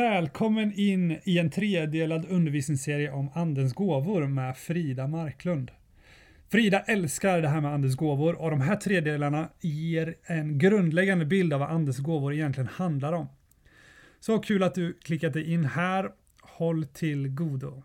Välkommen in i en tredelad undervisningsserie om Andens gåvor med Frida Marklund. Frida älskar det här med Andens gåvor och de här tre delarna ger en grundläggande bild av vad Andens gåvor egentligen handlar om. Så kul att du klickat dig in här. Håll till godo.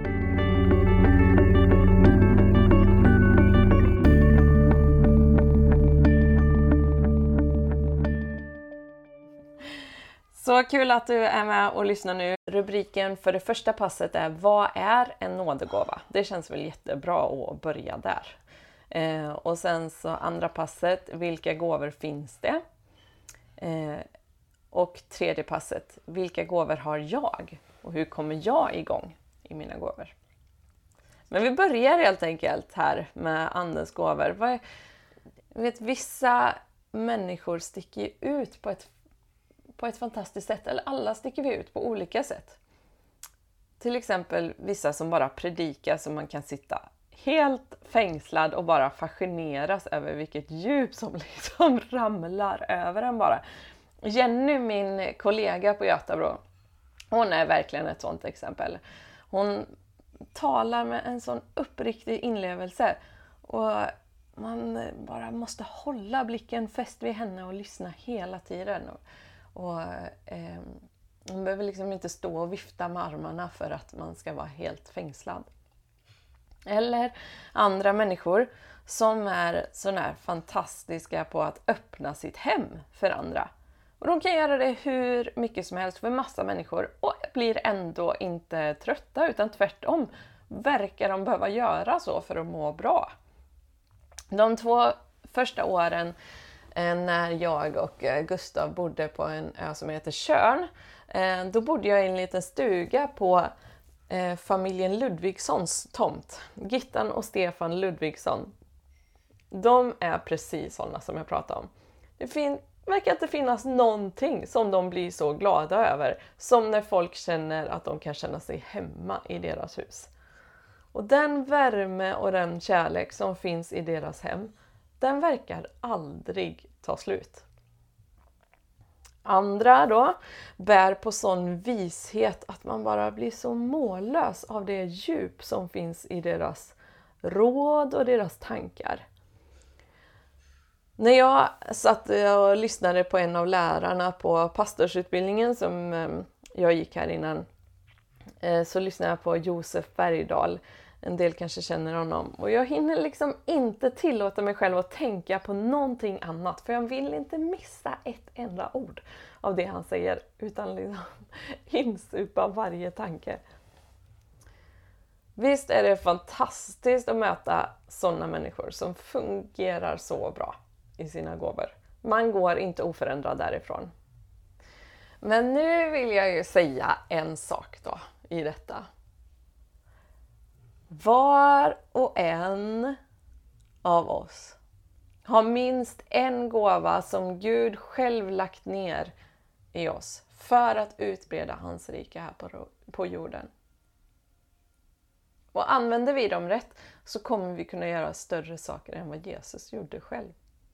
Så kul att du är med och lyssnar nu. Rubriken för det första passet är: vad är en nådegåva? Det känns väl jättebra att börja där. Och sen så andra passet: vilka gåvor finns det? Och tredje passet: vilka gåvor har jag? Och hur kommer jag igång i mina gåvor? Men vi börjar helt enkelt här med Andens gåvor. Vissa människor sticker ut på ett fantastiskt sätt, eller alla sticker vi ut på olika sätt. Till exempel vissa som bara predikar så man kan sitta helt fängslad och bara fascineras över vilket djup som liksom ramlar över en bara. Jenny, min kollega på Götabro, hon är verkligen ett sånt exempel. Hon talar med en sån uppriktig inlevelse och man bara måste hålla blicken fäst vid henne och lyssna hela tiden. Och man behöver liksom inte stå och vifta med armarna för att man ska vara helt fängslad. Eller andra människor som är sådär fantastiska på att öppna sitt hem för andra. Och de kan göra det hur mycket som helst för massa människor och blir ändå inte trötta, utan tvärtom verkar de behöva göra så för att må bra. De 2 första åren när jag och Gustav bodde på en ö som heter Tjörn, då bodde jag i en liten stuga på familjen Ludvigssons tomt. Gittan och Stefan Ludvigsson. De är precis sådana som jag pratade om. Det verkar inte finnas någonting som de blir så glada över som när folk känner att de kan känna sig hemma i deras hus. Och den värme och den kärlek som finns i deras hem, den verkar aldrig ta slut. Andra då bär på sån vishet att man bara blir så mållös av det djup som finns i deras råd och deras tankar. När jag satt och lyssnade på en av lärarna på pastorsutbildningen som jag gick här innan, så lyssnade jag på Josef Bergdahl. En del kanske känner honom. Och jag hinner liksom inte tillåta mig själv att tänka på någonting annat. För jag vill inte missa ett enda ord av det han säger. Utan liksom insupa varje tanke. Visst är det fantastiskt att möta sådana människor som fungerar så bra i sina gåvor. Man går inte oförändrad därifrån. Men nu vill jag ju säga en sak då i detta. Var och en av oss har minst en gåva som Gud själv lagt ner i oss för att utbreda hans rike här på jorden. Och använder vi dem rätt så kommer vi kunna göra större saker än vad Jesus gjorde själv.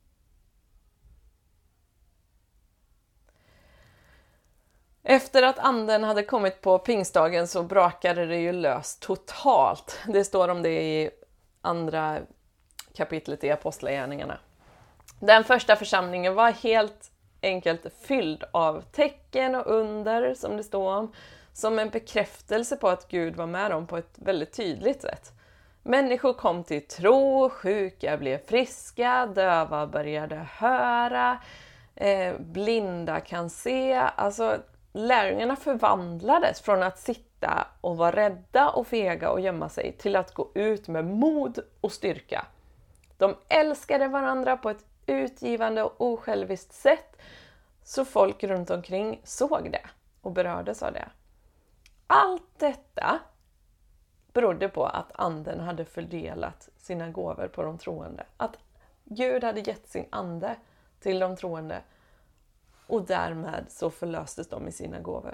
Efter att anden hade kommit på pingstdagen så brakade det ju löst totalt. Det står om det i andra kapitlet i Apostlagärningarna. Den första församlingen var helt enkelt fylld av tecken och under, som det står om, som en bekräftelse på att Gud var med dem på ett väldigt tydligt sätt. Människor kom till tro, sjuka blev friska, döva började höra, blinda kan se. Alltså lärjungarna förvandlades från att sitta och vara rädda och fega och gömma sig till att gå ut med mod och styrka. De älskade varandra på ett utgivande och osjälviskt sätt, så folk runt omkring såg det och berördes av det. Allt detta berodde på att anden hade fördelat sina gåvor på de troende. Att Gud hade gett sin ande till de troende och därmed så förlöstes de i sina gåvor.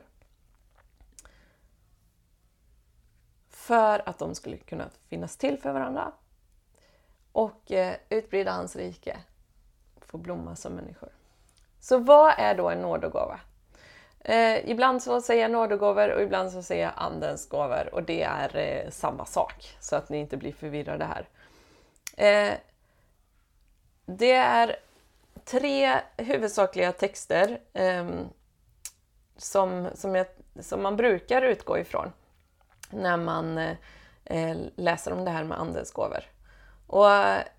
För att de skulle kunna finnas till för varandra och utbreda hans rike, få blomma som människor. Så vad är då en nådegåva? Ibland så säger jag nådegåvor och ibland så säger jag andens gåvor. Och det är samma sak, så att ni inte blir förvirrade här. Det är 3 huvudsakliga texter som man brukar utgå ifrån när man läser om det här med andens gåvor. Och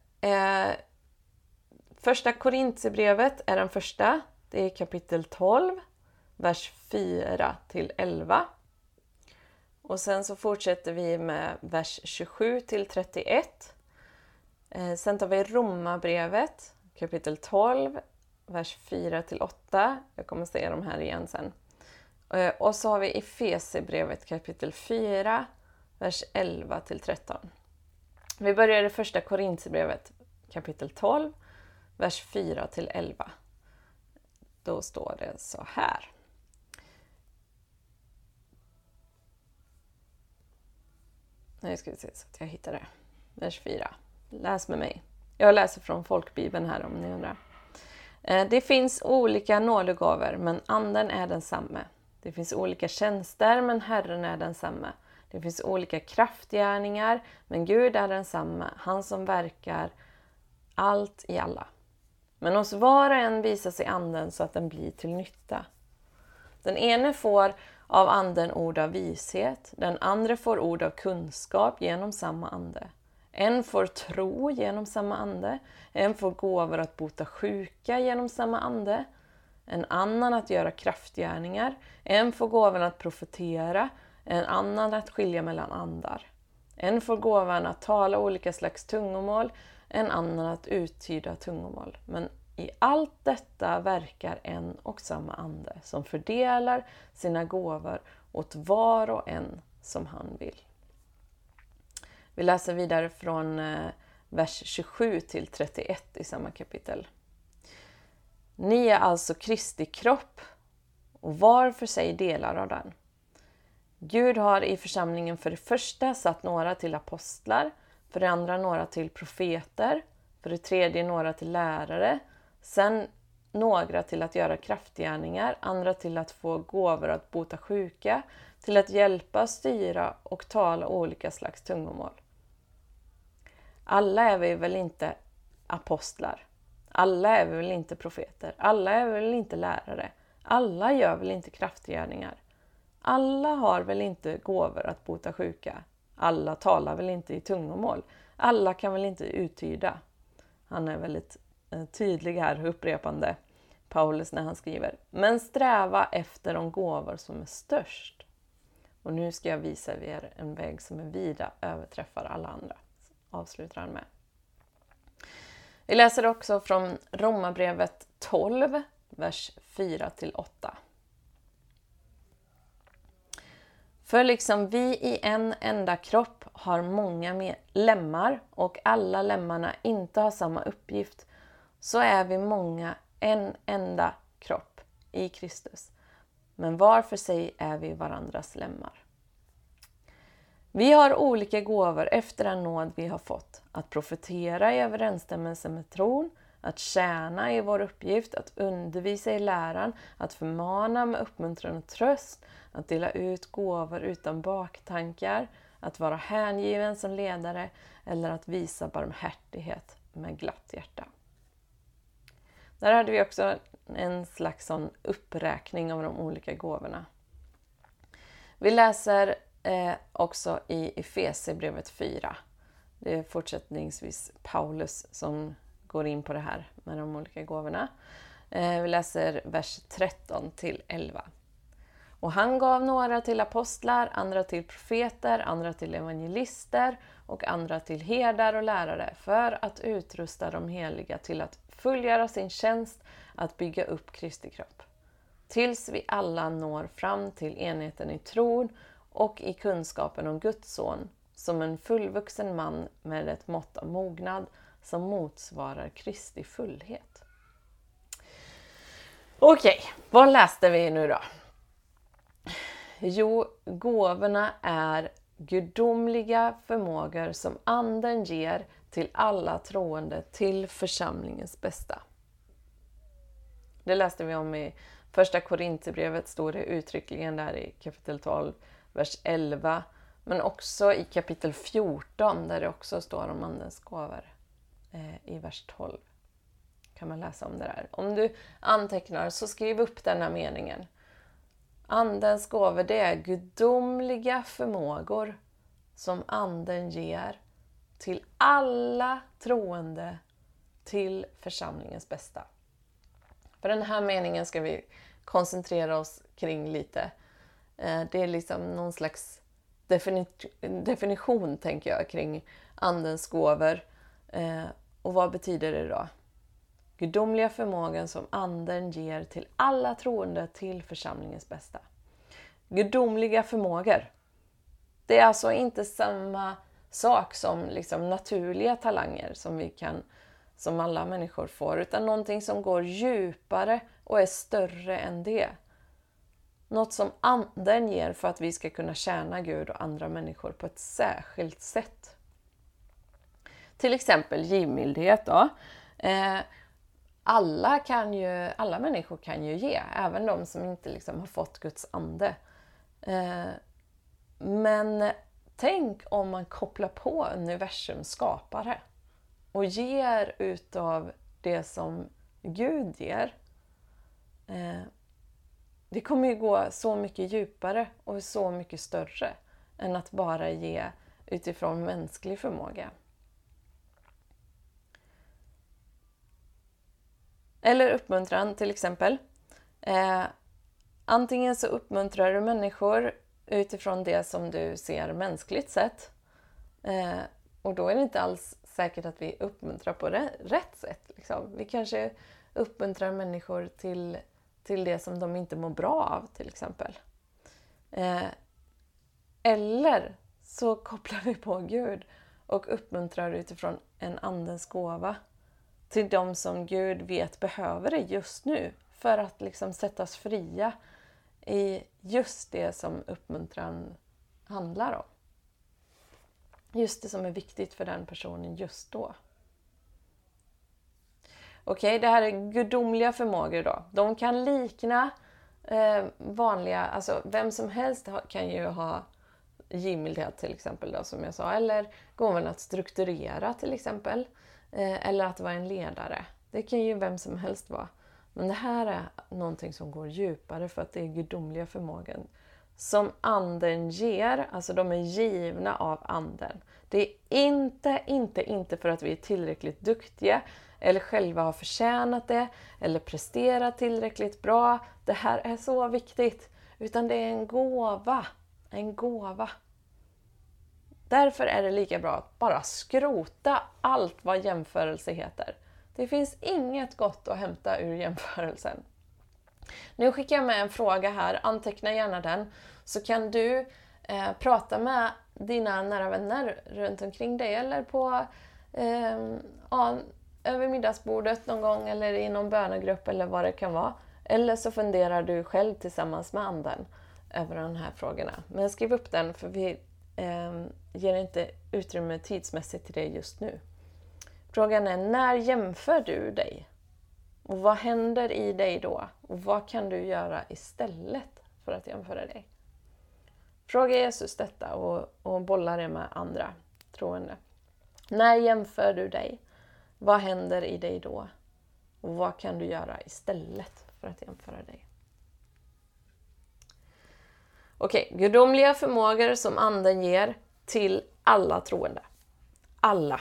första Korintierbrevet är den första. Det är kapitel 12, vers 4-11. Och sen så fortsätter vi med vers 27-31. Sen tar vi Romarbrevet, kapitel 12, vers 4-8. Jag kommer säga de här igen sen. Och så har vi Efesierbrevet, kapitel 4, vers 11-13. Vi börjar i första Korintierbrevet, kapitel 12, vers 4-11. Då står det så här. Nu ska vi se så att jag hittar det. Vers 4. Läs med mig. Jag läser från folkbibeln här om ni undrar. Det finns olika nådegåvor, men anden är densamme. Det finns olika tjänster, men Herren är densamme. Det finns olika kraftgärningar, men Gud är densamme, han som verkar allt i alla. Men hos var och en visar sig anden så att den blir till nytta. Den ene får av anden ord av vishet, den andra får ord av kunskap genom samma ande. En får tro genom samma ande, en får gåvor att bota sjuka genom samma ande, en annan att göra kraftgärningar, en får gåvan att profetera, en annan att skilja mellan andar. En får gåvan att tala olika slags tungomål, en annan att uttyda tungomål. Men i allt detta verkar en och samma ande som fördelar sina gåvor åt var och en som han vill. Vi läser vidare från vers 27-31 i samma kapitel. Ni är alltså Kristi kropp och var för sig delar av den. Gud har i församlingen för det första satt några till apostlar, för det andra några till profeter, för det tredje några till lärare, sen några till att göra kraftgärningar, andra till att få gåvor att bota sjuka, till att hjälpa, styra och tala olika slags tungomål. Alla är vi väl inte apostlar, alla är vi väl inte profeter, alla är vi väl inte lärare, alla gör väl inte kraftgärningar. Alla har väl inte gåvor att bota sjuka. Alla talar väl inte i tungomål. Alla kan väl inte uttyda. Han är väldigt tydlig här, upprepande Paulus när han skriver. Men sträva efter de gåvor som är störst. Och nu ska jag visa er en väg som är vida överträffar alla andra. Avslutar han med. Vi läser också från Romarbrevet 12, vers 4-8. För liksom vi i en enda kropp har många lemmar och alla lemmarna inte har samma uppgift, så är vi många en enda kropp i Kristus. Men var för sig är vi varandras lemmar. Vi har olika gåvor efter den nåd vi har fått. Att profetera i överensstämmelse med tron, att tjäna i vår uppgift, att undervisa i läran, att förmana med uppmuntran och tröst, att dela ut gåvor utan baktankar, att vara hängiven som ledare eller att visa barmhärtighet med glatt hjärta. Där hade vi också en slags sån uppräkning av de olika gåvorna. Vi läser också i Efesierbrevet 4. Det är fortsättningsvis Paulus som går in på det här med de olika gåvorna. Vi läser vers 13-11. Och han gav några till apostlar, andra till profeter, andra till evangelister och andra till herdar och lärare för att utrusta de heliga till att fullgöra sin tjänst att bygga upp Kristi kropp. Tills vi alla når fram till enheten i tron och i kunskapen om Guds son som en fullvuxen man med ett mått av mognad som motsvarar Kristi fullhet. Okej, vad läste vi nu då? Jo, gåvorna är gudomliga förmågor som anden ger till alla troende till församlingens bästa. Det läste vi om i Första Korinthierbrevet står det uttryckligen där i kapitel 12, vers 11. Men också i kapitel 14 där det också står om andens gåvor. I vers 12 kan man läsa om det där. Om du antecknar så skriv upp denna meningen. Andens gåvor, det är gudomliga förmågor som anden ger till alla troende till församlingens bästa. För den här meningen ska vi koncentrera oss kring lite. Det är liksom någon slags definition, tänker jag, kring andens gåvor. Och vad betyder det då? Gudomliga förmågan som anden ger till alla troende till församlingens bästa. Gudomliga förmågor. Det är alltså inte samma sak som liksom naturliga talanger som alla människor får, utan någonting som går djupare och är större än det. Något som anden ger för att vi ska kunna tjäna Gud och andra människor på ett särskilt sätt. Till exempel givmildhet då. Alla människor kan ju ge, även de som inte liksom har fått Guds ande. Men tänk om man kopplar på universums skapare och ger utav det som Gud ger. Det kommer ju gå så mycket djupare och så mycket större än att bara ge utifrån mänsklig förmåga. Eller uppmuntran till exempel. Antingen så uppmuntrar du människor utifrån det som du ser mänskligt sett. Och då är det inte alls säkert att vi uppmuntrar på rätt sätt. Liksom. Vi kanske uppmuntrar människor till det som de inte mår bra av till exempel. Eller så kopplar vi på Gud och uppmuntrar utifrån en andens gåva till de som Gud vet behöver det just nu för att liksom sättas fria i just det som uppmuntran handlar om. Just det som är viktigt för den personen just då. Okej, det här är gudomliga förmågor då. De kan likna vanliga, alltså vem som helst kan ju ha givmildhet till exempel då, som jag sa. Eller gåvan att strukturera till exempel. Eller att vara en ledare. Det kan ju vem som helst vara. Men det här är någonting som går djupare för att det är gudomliga förmågan som anden ger. Alltså de är givna av anden. Det är inte för att vi är tillräckligt duktiga eller själva har förtjänat det eller presterat tillräckligt bra. Det här är så viktigt. Utan det är en gåva. En gåva. Därför är det lika bra att bara skrota allt vad jämförelse heter. Det finns inget gott att hämta ur jämförelsen. Nu skickar jag med en fråga här. Anteckna gärna den. Så kan du prata med dina nära vänner runt omkring dig. Eller på över middagsbordet någon gång. Eller i någon bönegrupp eller vad det kan vara. Eller så funderar du själv tillsammans med anden över de här frågorna. Men skriv upp den för vi ger inte utrymme tidsmässigt till det just nu. Frågan är, när jämför du dig? Och vad händer i dig då? Och vad kan du göra istället för att jämföra dig? Fråga Jesus detta och bolla det med andra troende. När jämför du dig? Vad händer i dig då? Och vad kan du göra istället för att jämföra dig? Okej, gudomliga förmågor som anden ger till alla troende. Alla.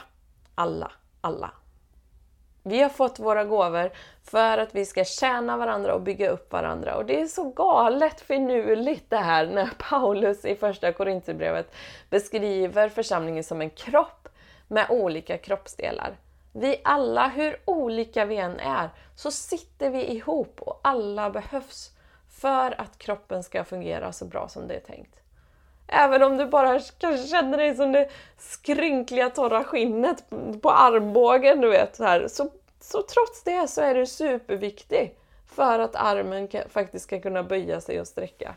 Vi har fått våra gåvor för att vi ska tjäna varandra och bygga upp varandra. Och det är så galet finurligt det här när Paulus i första Korinthierbrevet beskriver församlingen som en kropp med olika kroppsdelar. Vi alla, hur olika vi än är, så sitter vi ihop och alla behövs för att kroppen ska fungera så bra som det är tänkt. Även om du bara kanske känner dig som det skrynkliga torra skinnet på armbågen, du vet, så här, så trots det så är du superviktig för att armen faktiskt ska kunna böja sig och sträcka.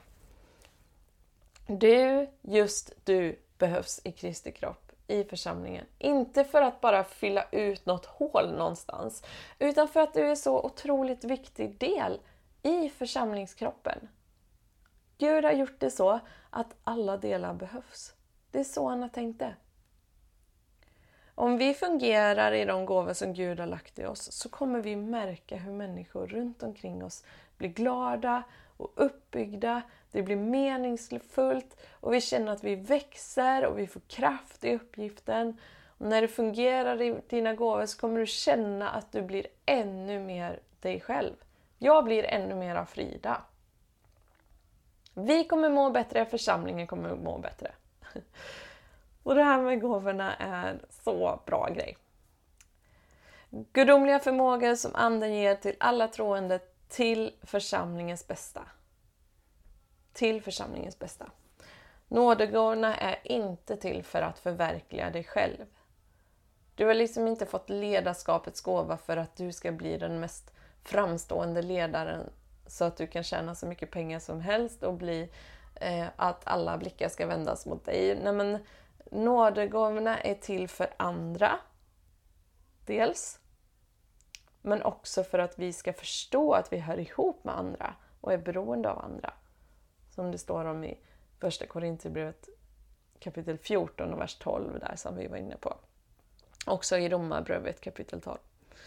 Just du behövs i Kristi kropp, i församlingen. Inte för att bara fylla ut något hål någonstans, utan för att du är så otroligt viktig del i församlingskroppen. Gud har gjort det så att alla delar behövs. Det är så han har tänkt det. Om vi fungerar i de gåvor som Gud har lagt i oss så kommer vi märka hur människor runt omkring oss blir glada och uppbyggda. Det blir meningsfullt och vi känner att vi växer och vi får kraft i uppgiften. Och när det fungerar i dina gåvor så kommer du känna att du blir ännu mer dig själv. Jag blir ännu mer av Frida. Vi kommer må bättre, församlingen kommer må bättre. Och det här med gåvorna är en så bra grej. Gudomliga förmågor som anden ger till alla troende till församlingens bästa. Till församlingens bästa. Nådegåvorna är inte till för att förverkliga dig själv. Du har liksom inte fått ledarskapets gåva för att du ska bli den mest framstående ledaren så att du kan tjäna så mycket pengar som helst och bli att alla blickar ska vändas mot dig. Nej, men nådegåvorna är till för andra. Dels. Men också för att vi ska förstå att vi hör ihop med andra och är beroende av andra. Som det står om i första Korinthierbrevet kapitel 14 och vers 12 där som vi var inne på. Också i Romarbrevet kapitel 12.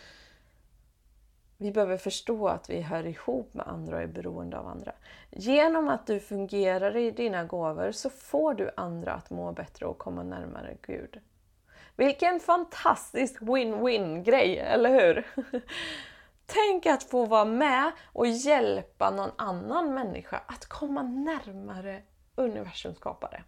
Vi behöver förstå att vi hör ihop med andra och är beroende av andra. Genom att du fungerar i dina gåvor så får du andra att må bättre och komma närmare Gud. Vilken fantastisk win-win grej, eller hur? Tänk att få vara med och hjälpa någon annan människa att komma närmare universums skapare.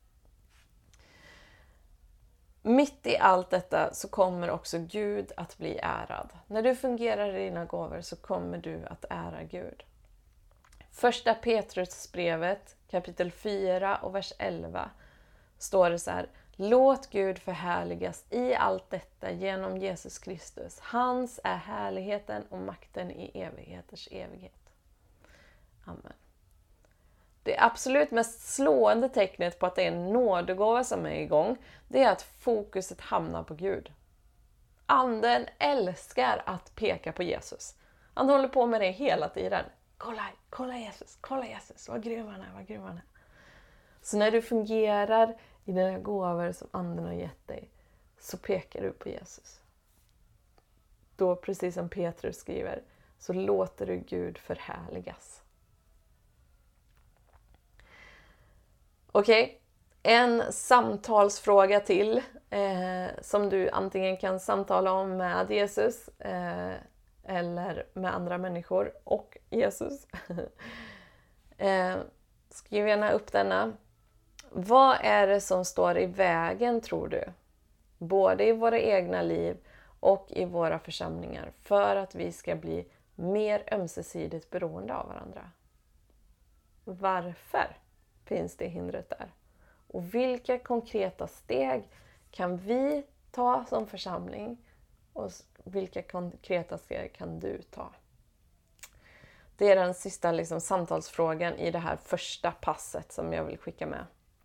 Mitt i allt detta så kommer också Gud att bli ärad. När du fungerar i dina gåvor så kommer du att ära Gud. Första Petrusbrevet kapitel 4 och vers 11 står det så här: låt Gud förhärligas i allt detta genom Jesus Kristus. Hans är härligheten och makten i evigheters evighet. Amen. Det absolut mest slående tecknet på att det är en nådegåva som är igång, det är att fokuset hamnar på Gud. Anden älskar att peka på Jesus. Han håller på med det hela tiden. Kolla Jesus, vad grym han är, vad grym han är. Så när du fungerar i dina gåvor som anden har gett dig, så pekar du på Jesus. Då, precis som Petrus skriver, så låter du Gud förhärligas. Okej, en samtalsfråga till som du antingen kan samtala om med Jesus eller med andra människor och Jesus. Skriv gärna upp denna. Vad är det som står i vägen, tror du? Både i våra egna liv och i våra församlingar för att vi ska bli mer ömsesidigt beroende av varandra. Varför finns det hindret där? Och vilka konkreta steg kan vi ta som församling? Och vilka konkreta steg kan du ta? Det är den sista samtalsfrågan i det här första passet som jag vill skicka med.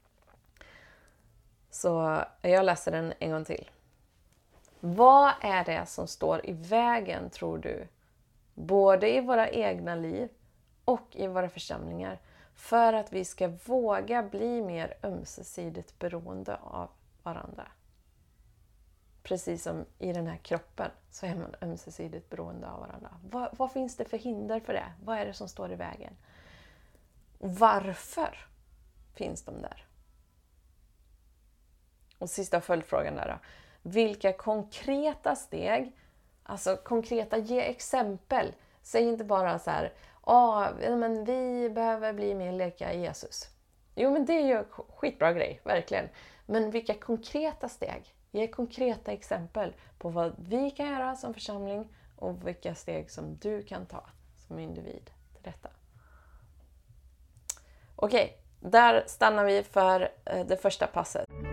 Så jag läser den en gång till. Vad är det som står i vägen, tror du? Både i våra egna liv och i våra församlingar. För att vi ska våga bli mer ömsesidigt beroende av varandra. Precis som i den här kroppen så är man ömsesidigt beroende av varandra. Vad finns det för hinder för det? Vad är det som står i vägen? Varför finns de där? Och sista följdfrågan där då. Vilka konkreta steg, alltså konkreta, ge exempel. Säg inte bara så här, men vi behöver bli mer lika Jesus. Jo, men det är ju skitbra grej, verkligen. Men vilka konkreta steg? Ge konkreta exempel på vad vi kan göra som församling och vilka steg som du kan ta som individ till detta. Okej, där stannar vi för det första passet.